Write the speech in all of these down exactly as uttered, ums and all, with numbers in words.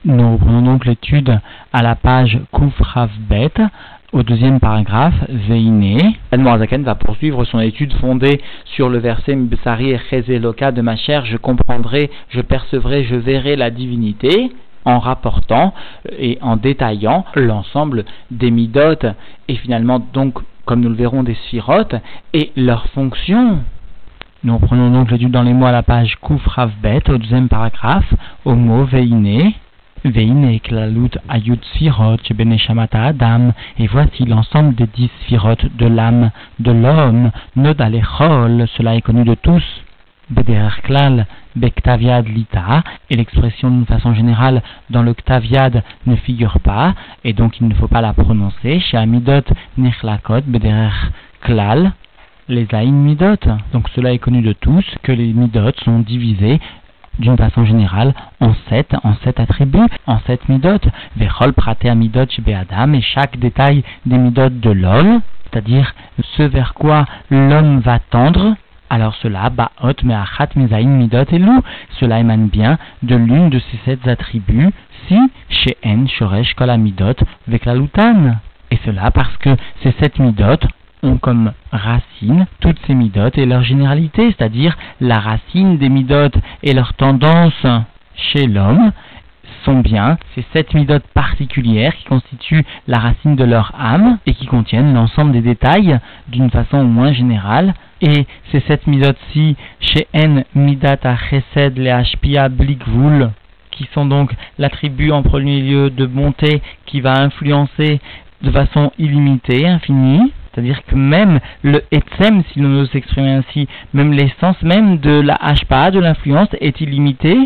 Nous reprenons donc l'étude à la page Kuf Rav Bet, au deuxième paragraphe, Veiné. Admorazaken va poursuivre son étude fondée sur le verset Mbsari et Chezeloka de ma chair, je comprendrai, je percevrai, je verrai la divinité, en rapportant et en détaillant l'ensemble des midot et finalement donc, comme nous le verrons, des sphirotes et leurs fonctions. Nous reprenons donc l'étude dans les mots à la page Kuf Rav Bet, au deuxième paragraphe, au mot Veiné. Veine klalut ayut sphirot benechamata adam, et voici l'ensemble des dix sphirotes de l'âme de l'homme, nodalechol, cela est connu de tous, beder klal, bektaviad lita, et l'expression d'une façon générale dans le ktaviad ne figure pas, et donc il ne faut pas la prononcer, chez amidot nechlakot, beder klal, les aïn midot. Donc cela est connu de tous, que les midot sont divisés d'une façon générale en sept, en sept attributs, en sept midot, vechol praté midot chez Adam, et chaque détail des midot de l'homme, c'est-à-dire ce vers quoi l'homme va tendre, alors cela, ba'ot me'achat mizaïn midot elou, cela émane bien de l'une de ces sept attributs, si chez en shoresh kol amidot veklalutan, et cela parce que ces sept midot ont comme racine toutes ces midot et leur généralité, c'est-à-dire la racine des midot et leur tendance chez l'homme sont bien ces sept midot particulières qui constituent la racine de leur âme et qui contiennent l'ensemble des détails d'une façon moins générale. Et ces sept midot-ci, chez en midata chesed le hashpia blikvul, qui sont donc l'attribut en premier lieu de bonté qui va influencer de façon illimitée, infinie. C'est-à-dire que même le etzem, si l'on ose s'exprimer ainsi, même l'essence même de la hashpa, de l'influence, est illimitée.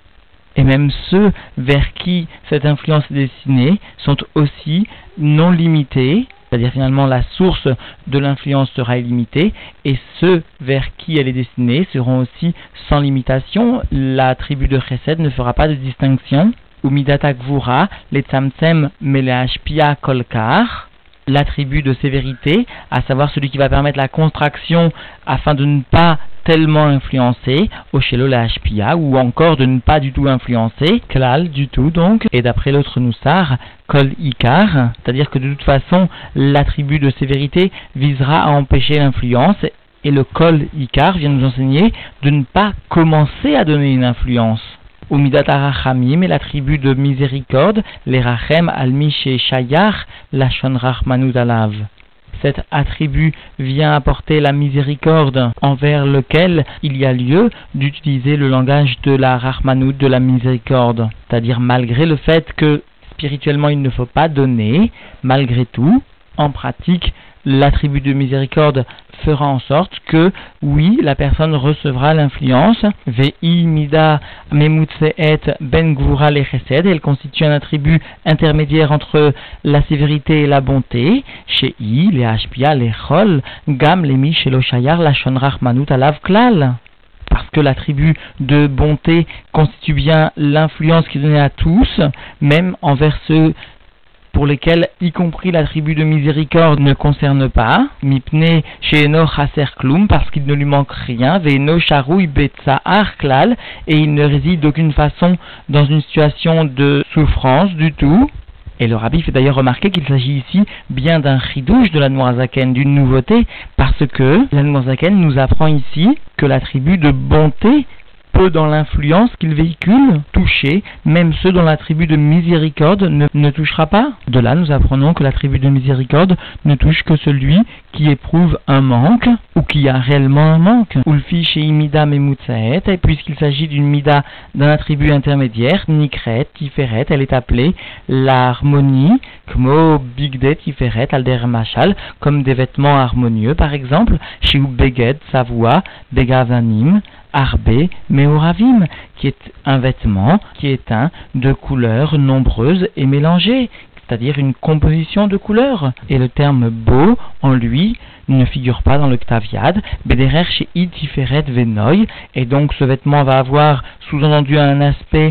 Et même ceux vers qui cette influence est destinée sont aussi non limités. C'est-à-dire finalement la source de l'influence sera illimitée. Et ceux vers qui elle est destinée seront aussi sans limitation. La tribu de Chesed ne fera pas de distinction. Ou midata gvura, les tzamtzem melehashpia kolkar. L'attribut de sévérité, à savoir celui qui va permettre la contraction afin de ne pas tellement influencer, au shelo la hashpia, ou encore de ne pas du tout influencer, klal du tout donc, et d'après l'autre noussar, kol ikar, c'est-à-dire que de toute façon, l'attribut de sévérité visera à empêcher l'influence, et le kol ikar vient nous enseigner de ne pas commencer à donner une influence. Ou midat arachamim, et l'attribut de miséricorde, les rachem almi chez shayar, lachon rachmanud alav. Cet attribut vient apporter la miséricorde envers lequel il y a lieu d'utiliser le langage de la rachmanud, de la miséricorde. C'est-à-dire malgré le fait que spirituellement il ne faut pas donner, malgré tout, en pratique, l'attribut de miséricorde fera en sorte que, oui, la personne recevra l'influence. Vei mida memutseet ben gvura le chesed, elle constitue un attribut intermédiaire entre la sévérité et la bonté. Chez i, le hashpia, le chol, gam lemi shelo shayar la shon rachmanut alav klal. Parce que l'attribut de bonté constitue bien l'influence qui est donnée à tous, même envers ceux pour lesquels, y compris l'attribut de miséricorde, ne concerne pas, mipne she'eno chaser klum, parce qu'il ne lui manque rien, ve'eno sharouy betza'ar klal, et il ne réside d'aucune façon dans une situation de souffrance du tout. Et le rabbi fait d'ailleurs remarquer qu'il s'agit ici bien d'un chidouche de l'Admorazaken, d'une nouveauté, parce que l'Admorazaken nous apprend ici que l'attribut de bonté peut, dans l'influence qu'il véhicule, toucher même ceux dont l'attribut de miséricorde ne, ne touchera pas. De là, nous apprenons que l'attribut de miséricorde ne touche que celui qui éprouve un manque, ou qui a réellement un manque. Ulfi chez imida memutsaet, et puisqu'il s'agit d'une mida d'un attribut intermédiaire, nikret, tiferet, elle est appelée l'harmonie, kmo bigdet tiferet, alder machal, comme des vêtements harmonieux, par exemple, chez beged, sa voix, begavanim, Arbe Meoravim, qui est un vêtement qui est teint de couleurs nombreuses et mélangées, c'est-à-dire une composition de couleurs. Et le terme beau, en lui, ne figure pas dans le Ktaviad, Bederer chez Itiferet Venoy, et donc ce vêtement va avoir sous-entendu un aspect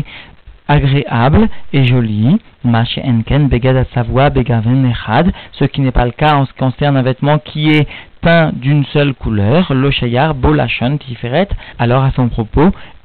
agréable et joli, Mache Enken Begad Atsavoa Begaven Echad, ce qui n'est pas le cas en ce qui concerne un vêtement qui est peint d'une seule couleur, Loshayar Bolachon Tiferet. Alors à son propos,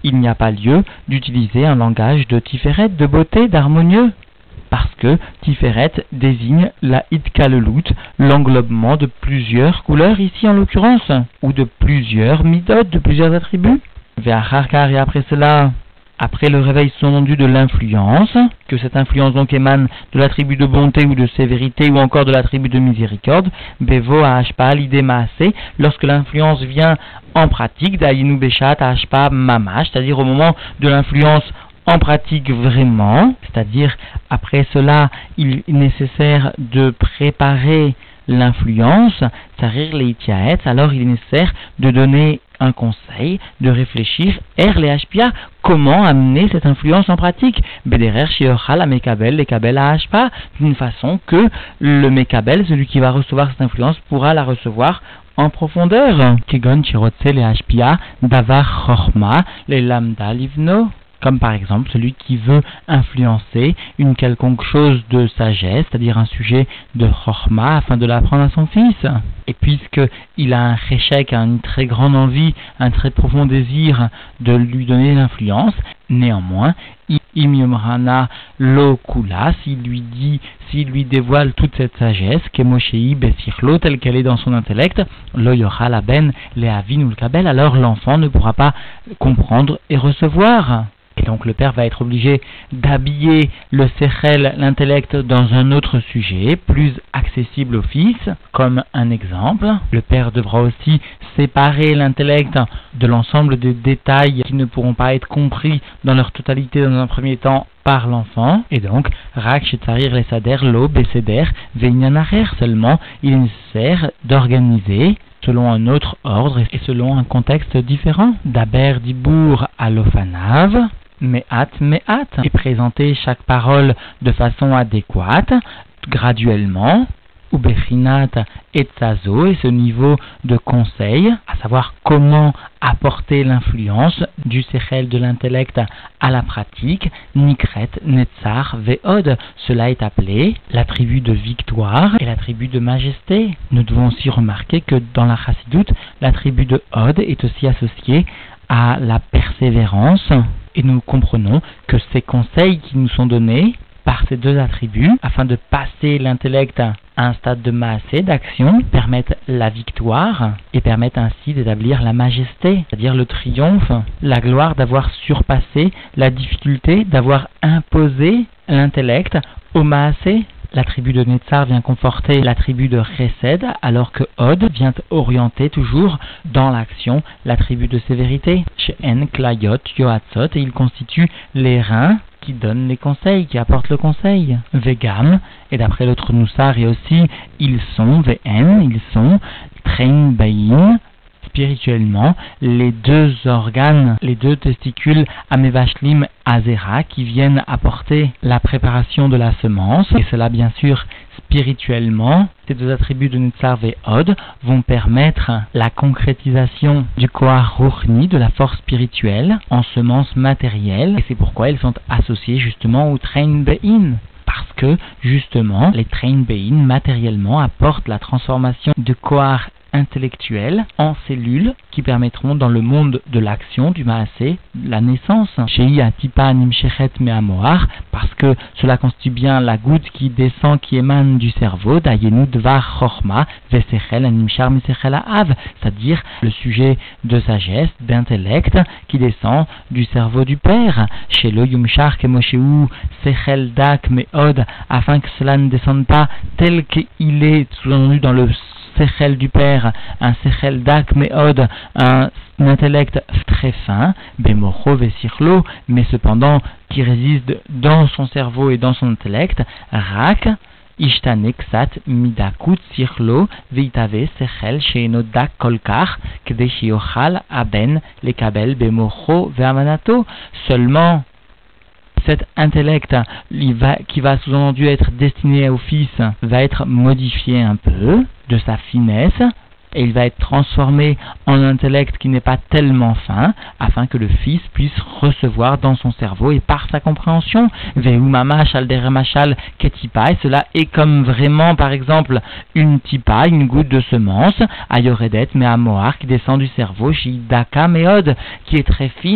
il n'y a pas lieu d'utiliser un langage de tiferet, de beauté, d'harmonieux. Parce que tiferet désigne la hitkalelut, l'englobement de plusieurs couleurs, ici en l'occurrence, ou de plusieurs midot, de plusieurs attributs. Ve'acharkar, et après cela, après le réveil sous-entendu de l'influence, que cette influence donc émane de l'attribut de bonté ou de sévérité ou encore de l'attribut de miséricorde, bevo a hashpa l'idée maasé, lorsque l'influence vient en pratique, d'ayinu beshat a hashpa mamash, c'est-à-dire au moment de l'influence en pratique vraiment, c'est-à-dire après cela, il est nécessaire de préparer l'influence, c'est-à-dire les itiaet, alors il est nécessaire de donner un conseil, de réfléchir, er les hashpia, comment amener cette influence en pratique, bederer shiochal a mekabel, les kabel a hashpa, d'une façon que le mekabel, celui qui va recevoir cette influence, pourra la recevoir en profondeur. Kegon chirotse les hashpia, davar chorma, les lambda livno. Comme par exemple celui qui veut influencer une quelconque chose de sagesse, c'est-à-dire un sujet de chorma, afin de l'apprendre à son fils. Et puisqu'il a un réchec, une très grande envie, un très profond désir de lui donner l'influence, néanmoins, im yomrana lo kula, s'il lui dit, s'il lui dévoile toute cette sagesse, kemoshei besirlo, telle qu'elle est dans son intellect, lo yochal ben le avin ou le kabel, alors l'enfant ne pourra pas comprendre et recevoir. Et donc le père va être obligé d'habiller le sechel, l'intellect, dans un autre sujet, plus accessible au fils, comme un exemple. Le père devra aussi séparer l'intellect de l'ensemble des détails qui ne pourront pas être compris dans leur totalité dans un premier temps par l'enfant. Et donc, rak shetzarir les sader, lo, beseder, veignanarer, seulement il est nécessaire d'organiser selon un autre ordre et selon un contexte différent. Daber dibour alofanav, me'at me'at, et présenter chaque parole de façon adéquate, graduellement, ou bechinat et tzazo, et ce niveau de conseil, à savoir comment apporter l'influence du sechel de l'intellect à la pratique, nikret, netzar, ve'od, cela est appelé l'attribut de victoire et l'attribut de majesté. Nous devons aussi remarquer que dans la chassidoute, l'attribut de od est aussi associé à la persévérance, et nous comprenons que ces conseils qui nous sont donnés par ces deux attributs, afin de passer l'intellect à un stade de maasé, d'action, permettent la victoire et permettent ainsi d'établir la majesté, c'est-à-dire le triomphe, la gloire d'avoir surpassé la difficulté, d'avoir imposé l'intellect au maasé. L'attribut de Netzar vient conforter l'attribut de Chesed, alors que Od vient orienter toujours dans l'action l'attribut de sévérité. Chez En, Klayot, Yoatzot, et il constitue les reins qui donnent les conseils, qui apportent le conseil. Vegam, et d'après l'autre Noussar, et aussi, ils sont, Vn, ils sont, Trein Bain, spirituellement, les deux organes, les deux testicules Amevashlim Azera, qui viennent apporter la préparation de la semence, et cela bien sûr spirituellement. Ces deux attributs de Netzar et Od vont permettre la concrétisation du Koach Ruchni, de la force spirituelle, en semence matérielle, et c'est pourquoi ils sont associés justement au Trein Bein. Parce que, justement, les Trein Bein, matériellement, apportent la transformation de Koach intellectuels en cellules qui permettront dans le monde de l'action du Maasé la naissance. Shei atipa nimshechet me'amoar, parce que cela constitue bien la goutte qui descend, qui émane du cerveau, d'ayenu dvar chorma vesechel animshar misechel ha'av, c'est-à-dire le sujet de sagesse, d'intellect qui descend du cerveau du père. Chez le yumshar kemosheu sechel dak me'od, afin que cela ne descende pas tel qu'il est sous-entendu dans le sechel du père, un sechel dak me'od, un intellect très fin, bemocho vesirlo, mais cependant qui réside dans son cerveau et dans son intellect, rak, ishtane ksat midakut sirlo, veitave sechel sheeno dak kolkar, kede shiochal aben lekabel bemocho ve'amanato, seulement cet intellect va, qui va sous-entendu être destiné au fils va être modifié un peu de sa finesse et il va être transformé en un intellect qui n'est pas tellement fin afin que le fils puisse recevoir dans son cerveau et par sa compréhension. Veu mamash al deremachal ketipa, et cela est comme vraiment par exemple une tipa, une goutte de semence, ayoredet me amoar qui descend du cerveau, shidaka meod qui est très fine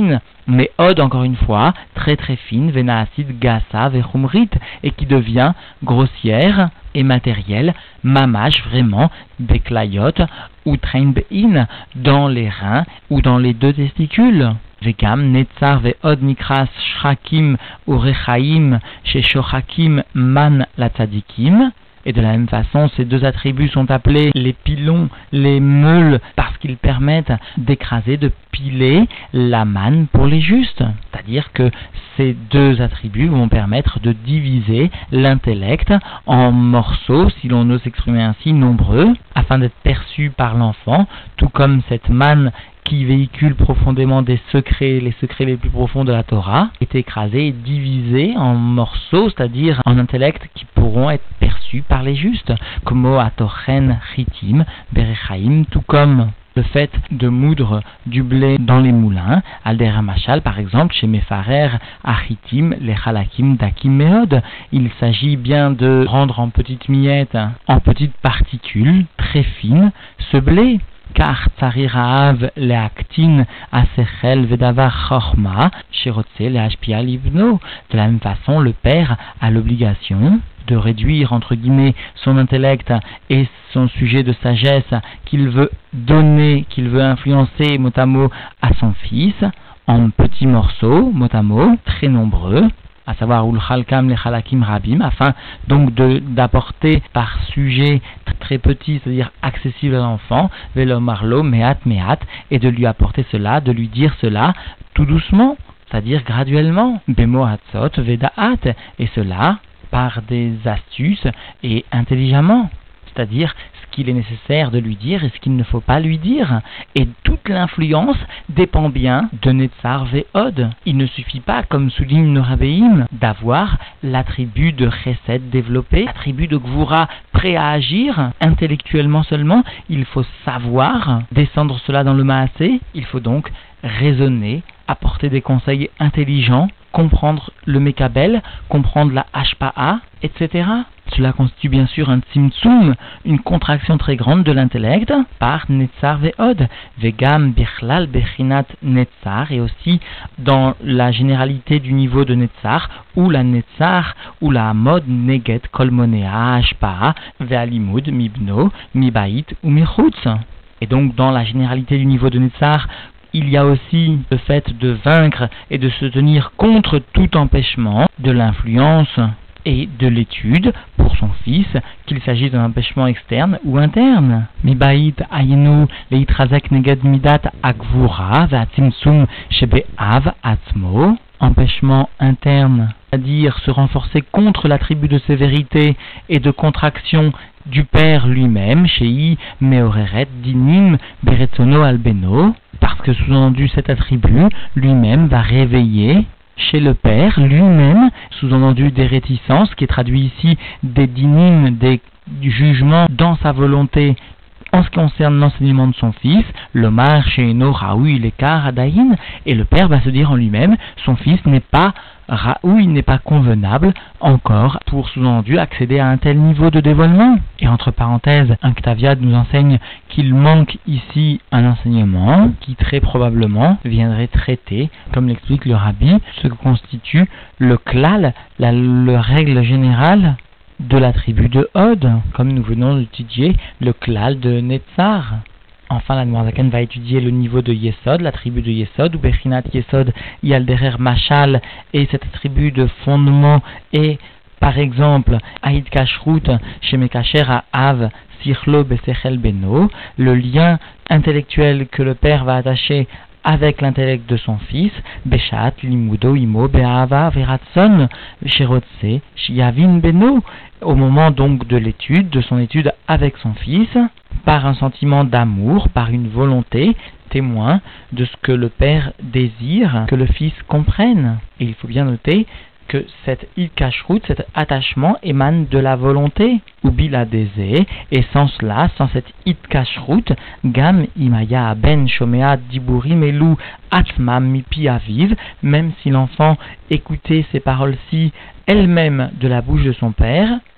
mais od encore une fois, très très fine, venaasid gassa vechumrit, et qui devient grossière et matérielle, mamash vraiment, beklayot ou train bein, dans les reins ou dans les deux testicules. Vekam netzar veod nikras shrakim ou rechaim chez shochakim man la tzadikim. Et de la même façon, ces deux attributs sont appelés les pilons, les meules, parce qu'ils permettent d'écraser, de piler la manne pour les justes. C'est-à-dire que ces deux attributs vont permettre de diviser l'intellect en morceaux, si l'on ose s'exprimer ainsi, nombreux, afin d'être perçu par l'enfant, tout comme cette manne qui véhicule profondément des secrets, les secrets les plus profonds de la Torah, est écrasé et divisé en morceaux, c'est-à-dire en intellect qui pourront être perçus par les justes, comme atochen chitim berechaim, tout comme le fait de moudre du blé dans les moulins, alder machal par exemple, chez Mefarer, achitim, les halakim dakim meod. Il s'agit bien de rendre en petites miettes, en petites particules très fines, ce blé. Car tsarirav leaktin asechel vedavar chorma shirotse leashpia libno. De la même façon, le père a l'obligation de réduire entre guillemets son intellect et son sujet de sagesse qu'il veut donner, qu'il veut influencer mot à mot à son fils en petits morceaux, mot à mot, très nombreux, à savoir ulchalkam lechalakim rabim, afin donc de d'apporter par sujet très petit, c'est-à-dire accessible à l'enfant, velo marlo meat meat, et de lui apporter cela, de lui dire cela tout doucement, c'est-à-dire graduellement, bemo hatzot vedaat, et cela par des astuces et intelligemment, c'est-à-dire ce qu'il est nécessaire de lui dire et ce qu'il ne faut pas lui dire. Et toute l'influence dépend bien de Netzar Ve'od. Il ne suffit pas, comme souligne le Rabbeim, d'avoir l'attribut de Chesed développé, l'attribut de Gvura prêt à agir intellectuellement seulement. Il faut savoir descendre cela dans le Maasé. Il faut donc raisonner, apporter des conseils intelligents, comprendre le Mekabel, comprendre la Hashpa'a, et cetera. Cela constitue bien sûr un tzimtzum, une contraction très grande de l'intellect par Netzar Ve'od, Vegam Bichlal Bechinat Netzar, et aussi dans la généralité du niveau de Netzar, ou la Netzar, ou la Amod Neget Kolmonea Hashpa'a, Ve'alimud Mibno, Mibait ou Michutz. Et donc dans la généralité du niveau de Netzar, il y a aussi le fait de vaincre et de se tenir contre tout empêchement de l'influence et de l'étude pour son fils, qu'il s'agisse d'un empêchement externe ou interne. Mibait ayenu leitrazek neged midat agvura ve'atzimtzum shebe'av atzmo. Empêchement interne, c'est-à-dire se renforcer contre l'attribut de sévérité et de contraction du père lui-même, Shei Meoreret Dinim Beretsono Albeno, parce que sous-entendu cet attribut lui-même va réveiller chez le père lui-même, sous-entendu des réticences, qui est traduit ici des dinim, des jugements dans sa volonté en ce qui concerne l'enseignement de son fils, l'omar she'eno raoui lekar adayin, et le père va se dire en lui-même, son fils n'est pas raoui, n'est pas convenable encore pour sous-entendu accéder à un tel niveau de dévoilement. Et entre parenthèses, un Ktaviad nous enseigne qu'il manque ici un enseignement qui très probablement viendrait traiter, comme l'explique le Rabbi, ce que constitue le klal, la, la règle générale de l'attribut de Od, comme nous venons d'étudier le klal de Netzar. Enfin, la Noirzaken va étudier le niveau de Yesod, l'attribut de Yesod, ou Bechinat Yesod, Yalderer Machal, et cet attribut de fondement est, par exemple, Aïd Kashrut, chez Mekacher à Av, Sichlo Besechel Beno, le lien intellectuel que le père va attacher avec l'intellect de son fils, Beshat, Limudo, Imo, Be'ava, Veratson, Sherotse, Shiavin, Beno, au moment donc de l'étude, de son étude avec son fils, par un sentiment d'amour, par une volonté, témoin de ce que le père désire que le fils comprenne. Et il faut bien noter que cette ilkashrut, cet attachement émane de la volonté, ou biladézé, et sans cela, sans cette ilkashrut, gam imaya ben shomea diburim elu atmam mipi aviv, même si l'enfant écoutait ces paroles-ci elles-mêmes de la bouche de son père,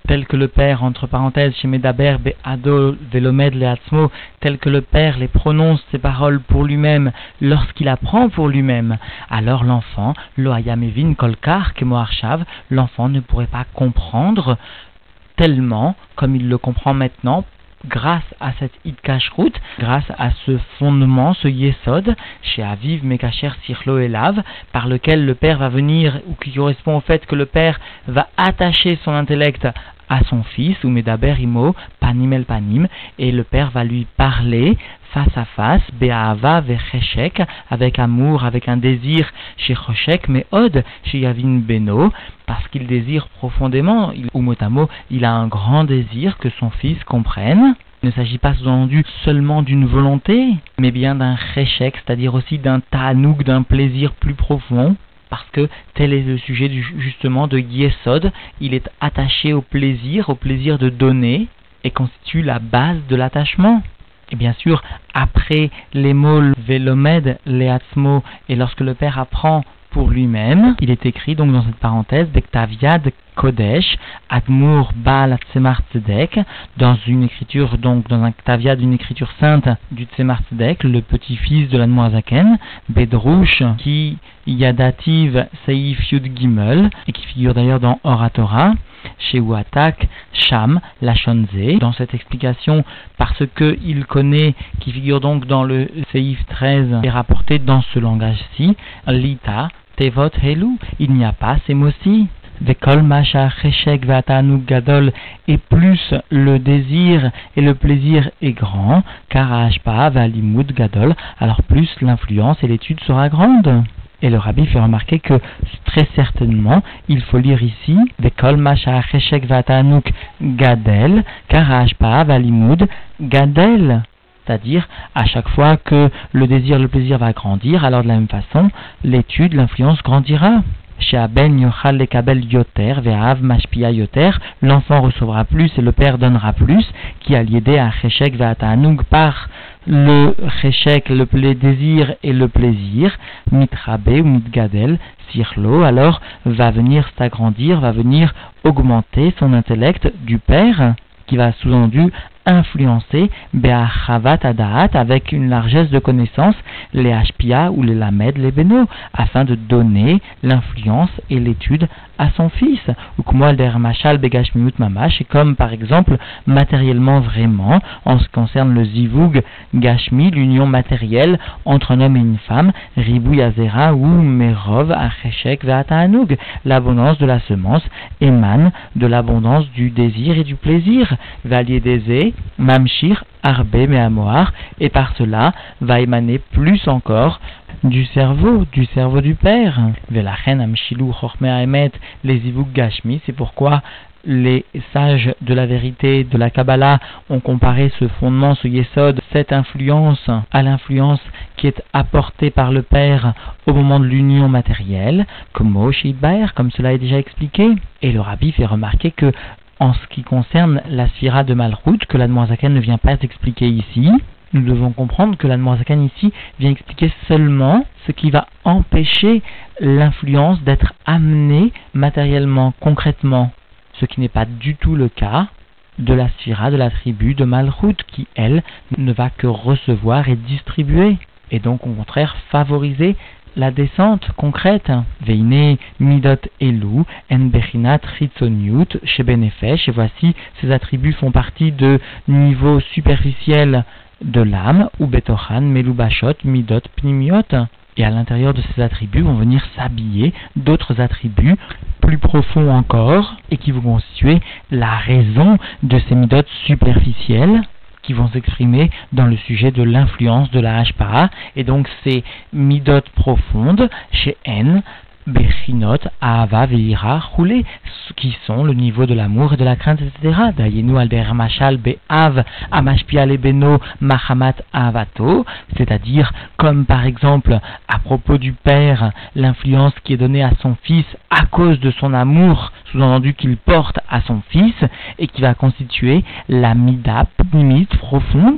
tel que le père, entre parenthèses, chez Medaber, Be'ado, Velomed, Leatzmo, tel que le père les prononce ces paroles pour lui-même lorsqu'il apprend pour lui-même, alors l'enfant, Loayamevin Kolkar, Kemoarshav, l'enfant ne pourrait pas comprendre tellement comme il le comprend maintenant, grâce à cette Idkashrut, grâce à ce fondement, ce Yesod, chez Aviv Mekacher Sirlo Elav, par lequel le père va venir, ou qui correspond au fait que le père va attacher son intellect à son fils, ou Medaber Imo, Panim el Panim, et le père va lui parler face à face, Be'ahava ve'cheshek, avec amour, avec un désir, chez Choshek, mais Od, chez Yavin Beno, parce qu'il désire profondément, il, ou mot à mot, il a un grand désir que son fils comprenne. Il ne s'agit pas sous-entendu seulement d'une volonté, mais bien d'un cheshek, c'est-à-dire aussi d'un ta'anouk, d'un plaisir plus profond. Parce que tel est le sujet du, justement de Yesod, il est attaché au plaisir, au plaisir de donner, et constitue la base de l'attachement. Et bien sûr, après les mots Velomed, Leatzmo, et lorsque le père apprend pour lui-même, il est écrit donc dans cette parenthèse, Bektaviad Kodesh, Admur Baal Tzemar Tzedek, dans une écriture, donc dans un Ktaviad, une écriture sainte du Tzemar Tzedek, le petit-fils de l'Admor Hazaken, Bedrouche, qui Yadativ Seif Yud Gimel, et qui figure d'ailleurs dans Oratora, chez Ouatak, Sham, Lachonze, dans cette explication, parce qu'il connaît, qui figure donc dans le Seif treize, est rapporté dans ce langage-ci, Lita, Tevot Helu, il n'y a pas ces mots-ci. Vekol Masha Cheshek Vatanuk Gadol, et plus le désir et le plaisir est grand, car Ashpa Valimud Gadol, alors plus l'influence et l'étude sera grande. Et le rabbi fait remarquer que très certainement, il faut lire ici Vekol Masha Cheshek Vatanuk Gadel, car Ashpa Valimud Gadel. C'est-à-dire, à chaque fois que le désir et le plaisir va grandir, alors de la même façon, l'étude, l'influence grandira. Chez Aben Yochal Lekabel Yoter, Ve'av Mashpia Yoter, l'enfant recevra plus et le père donnera plus, qui a lié à Cheshek Ve'atanug par le Cheshek, le désir et le plaisir, Mitrabe ou Mitgadel, Sirlo, alors va venir s'agrandir, va venir augmenter son intellect du père, qui va sous-entendu influencer Be'achavat Adaat avec une largesse de connaissances, les Hashpia ou les Lamed, les Beno, afin de donner l'influence et l'étude à son fils. Ou comme der Machal Begashmiut Mamash, et comme par exemple matériellement vraiment, en ce qui concerne le Zivug Gashmi, l'union matérielle entre un homme et une femme, Ribou Yazera ou Merov Acheshek Ve'atanug, l'abondance de la semence émane de l'abondance du désir et du plaisir. Valier des Mamshir, Arbe, Meamoar, et par cela va émaner plus encore du cerveau, du cerveau du père. Velachen Amshilou Chormea Emet, les Ivuk Gashmi, c'est pourquoi les sages de la vérité de la Kabbalah ont comparé ce fondement, ce Yesod, cette influence à l'influence qui est apportée par le père au moment de l'union matérielle, comme Moshidbaer, comme cela est déjà expliqué. Et le rabbi fait remarquer que en ce qui concerne la sphira de Malchut, que l'Admor Hazaken ne vient pas expliquer ici, nous devons comprendre que l'Admor Hazaken ici vient expliquer seulement ce qui va empêcher l'influence d'être amenée matériellement, concrètement, ce qui n'est pas du tout le cas de la sphira de la tribu de Malchut, qui, elle, ne va que recevoir et distribuer, et donc au contraire favoriser la descente concrète. Veine midot elu en bechinat chitzoniut shebenefesh, et voici ces attributs font partie de niveau superficiel de l'âme, ou betochan melubashot midot pnimiot, et à l'intérieur de ces attributs vont venir s'habiller d'autres attributs plus profonds encore, et qui vont constituer la raison de ces midot superficielles, qui vont s'exprimer dans le sujet de l'influence de la Hashpara, et donc ces midot profondes chez N, Bechinot, Ahava, Veira, Roulé, qui sont le niveau de l'amour et de la crainte, et cetera. Dayenu alder machal be'av, amashpia lebeno, mahamat avato, c'est-à-dire comme par exemple à propos du père, l'influence qui est donnée à son fils à cause de son amour, sous-entendu qu'il porte à son fils, et qui va constituer la mida pnimite profonde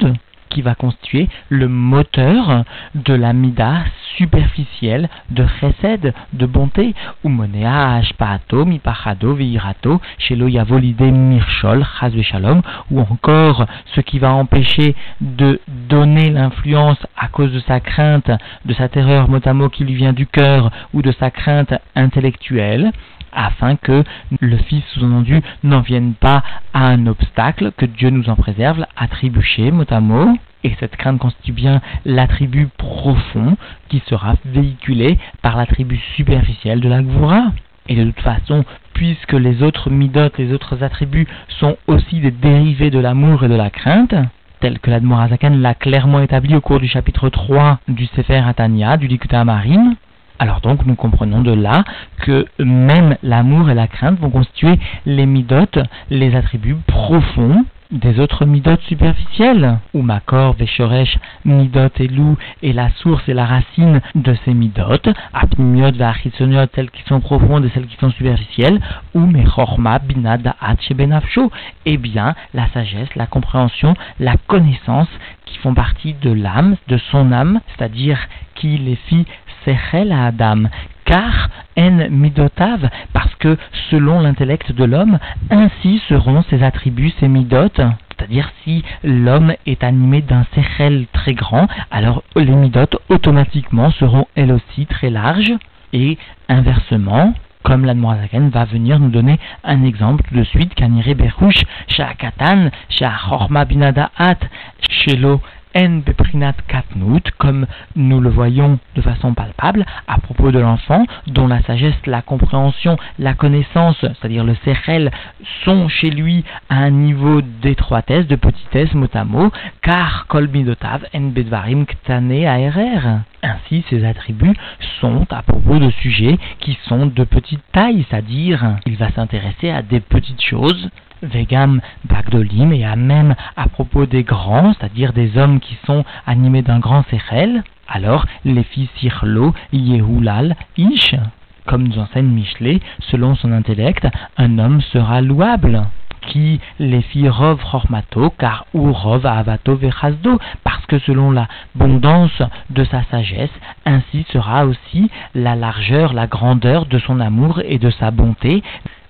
qui va constituer le moteur de la mida superficielle de chesed, de bonté, ou monea ashpaato mipachado veirato shelo yavo l'idée mirchol chas veshalom, ou encore ce qui va empêcher de donner l'influence à cause de sa crainte, de sa terreur mot à mot qui lui vient du cœur, ou de sa crainte intellectuelle, afin que le Fils sous-entendu n'en vienne pas à un obstacle, que Dieu nous en préserve, à trébucher mot à mot. Et cette crainte constitue bien l'attribut profond qui sera véhiculé par l'attribut superficiel de la Gvura. Et de toute façon, puisque les autres midot, les autres attributs sont aussi des dérivés de l'amour et de la crainte, tel que l'Admor HaZaken l'a clairement établi au cours du chapitre trois du Sefer Hatanya, du Likutei Amarim, alors donc nous comprenons de là que même l'amour et la crainte vont constituer les midot, les attributs profonds des autres midot superficielles, ou makor, veshoresh, midot et lou, et la source et la racine de ces midot, apnimiot, vachitsoniot, celles qui sont profondes et celles qui sont superficielles, ou mechorma, bina, da'at, shebenafsho, et bien la sagesse, la compréhension, la connaissance qui font partie de l'âme, de son âme, c'est-à-dire qui les fit sechel à Adam, car en midotav, parce que selon l'intellect de l'homme, ainsi seront ses attributs, ses midot. C'est-à-dire si l'homme est animé d'un sechel très grand, alors les midot automatiquement seront elles aussi très larges, et inversement, comme l'Admor HaZaken va venir nous donner un exemple de suite, Kanire Berouch, Sha'akatan, Sha'achorma binadaat, Shelo En beprinat katnut, comme nous le voyons de façon palpable à propos de l'enfant, dont la sagesse, la compréhension, la connaissance, c'est-à-dire le sechel, sont chez lui à un niveau d'étroitesse, de petitesse, mot à mot, car kol midotav en bedvarim ktane aerer. Ainsi, ces attributs sont à propos de sujets qui sont de petite taille, c'est-à-dire il va s'intéresser à des petites choses, Vegam Bagdolim, et à même à propos des grands, c'est-à-dire des hommes qui sont animés d'un grand sechel, alors les fils Sirlo, Yehulal, Ish, comme nous enseigne Michelet, selon son intellect, un homme sera louable. Qui les fit Rov Chormato, car ou Rov Avato Vechazdo, parce que selon l'abondance de sa sagesse, ainsi sera aussi la largeur, la grandeur de son amour et de sa bonté.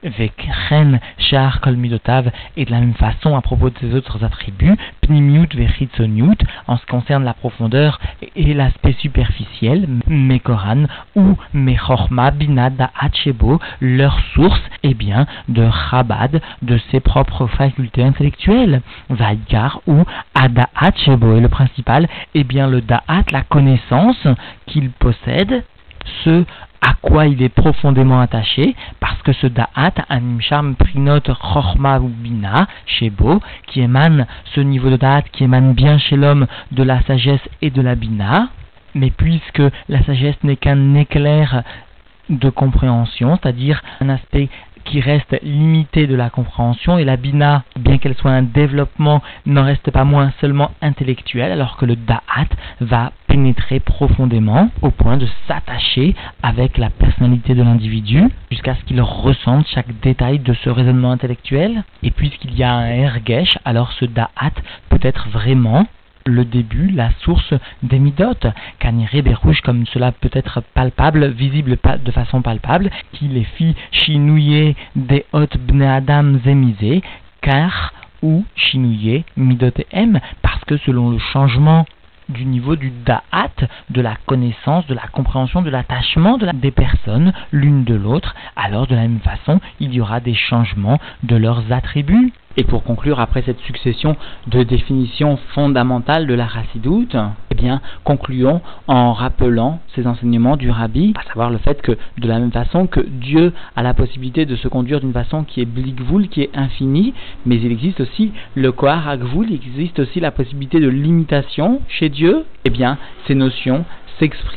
Vekren Shar Kol Midotav, et de la même façon à propos de ses autres attributs, Pnimiut Vechitzoniut, en ce qui concerne la profondeur et l'aspect superficiel, Mekoran ou Mechorma Binada Hachebo, leur source est bien de Chabad, de ses propres facultés intellectuelles, Vaikar ou Ada Hachebo, et le principal est bien le Da'at, la connaissance qu'il possède, ce à quoi il est profondément attaché, parce que ce da'at, animsham prinot chorma ou bina, shebo, qui émane, ce niveau de da'at qui émane bien chez l'homme de la sagesse et de la bina, mais puisque la sagesse n'est qu'un éclair de compréhension, c'est-à-dire un aspect qui reste limité de la compréhension, et la bina, bien qu'elle soit un développement, n'en reste pas moins seulement intellectuel, alors que le da'at va pénétrer profondément au point de s'attacher avec la personnalité de l'individu jusqu'à ce qu'il ressente chaque détail de ce raisonnement intellectuel. Et puisqu'il y a un ergesh, alors ce da'at peut être vraiment le début, la source des midot, Kanire Berouche, comme cela peut être palpable, visible de façon palpable, qui les fit chinouiller des hot bne adam zemisé, car ou chinouiller midot em, parce que selon le changement du niveau du da'at, de la connaissance, de la compréhension, de l'attachement de la, des personnes l'une de l'autre, alors de la même façon, il y aura des changements de leurs attributs. Et pour conclure, après cette succession de définitions fondamentales de la Chassidoute, eh bien, concluons en rappelant ces enseignements du Rabbi, à savoir le fait que, de la même façon que Dieu a la possibilité de se conduire d'une façon qui est blikvoul, qui est infinie, mais il existe aussi le kohar hagvoul, il existe aussi la possibilité de limitation chez Dieu, eh bien, ces notions s'expriment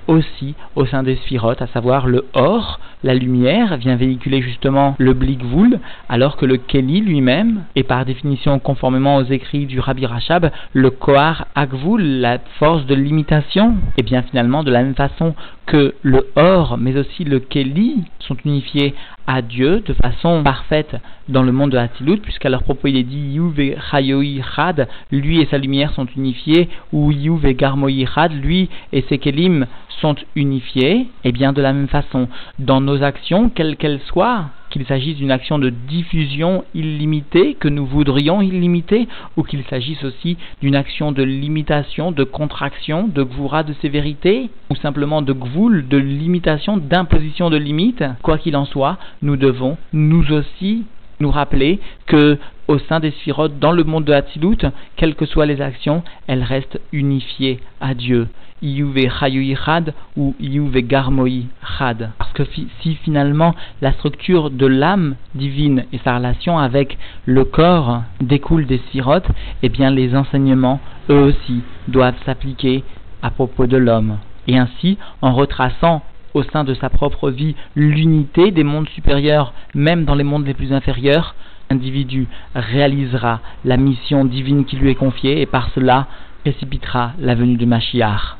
aussi au sein des sphirotes, à savoir le or, la lumière, vient véhiculer justement le bligvoul, alors que le keli lui-même, et par définition conformément aux écrits du Rabbi Rachab, le kohar agvoul, la force de l'imitation, et bien finalement de la même façon que le or, mais aussi le keli, sont unifiés à Dieu de façon parfaite dans le monde de Hatzilut, puisqu'à leur propos il est dit Yuv Chayoi Chad, lui et sa lumière sont unifiés, ou Yuv Garmoi Chad, lui et ses kelim sont unifiés, et bien de la même façon, dans nos actions, quelles qu'elles soient, qu'il s'agisse d'une action de diffusion illimitée, que nous voudrions illimitée, ou qu'il s'agisse aussi d'une action de limitation, de contraction, de gvura, de sévérité, ou simplement de gvoul, de limitation, d'imposition de limites, quoi qu'il en soit, nous devons, nous aussi, nous rappeler que au sein des sphirotes, dans le monde de Hatzilut, quelles que soient les actions, elles restent unifiées à Dieu. Iyuve Chayui Chad ou Iyuve Garmoi Chad. Parce que fi- si finalement la structure de l'âme divine et sa relation avec le corps découle des sphirotes, eh bien les enseignements, eux aussi, doivent s'appliquer à propos de l'homme. Et ainsi, en retraçant au sein de sa propre vie l'unité des mondes supérieurs, même dans les mondes les plus inférieurs, l'individu réalisera la mission divine qui lui est confiée et par cela précipitera la venue de Mashiach.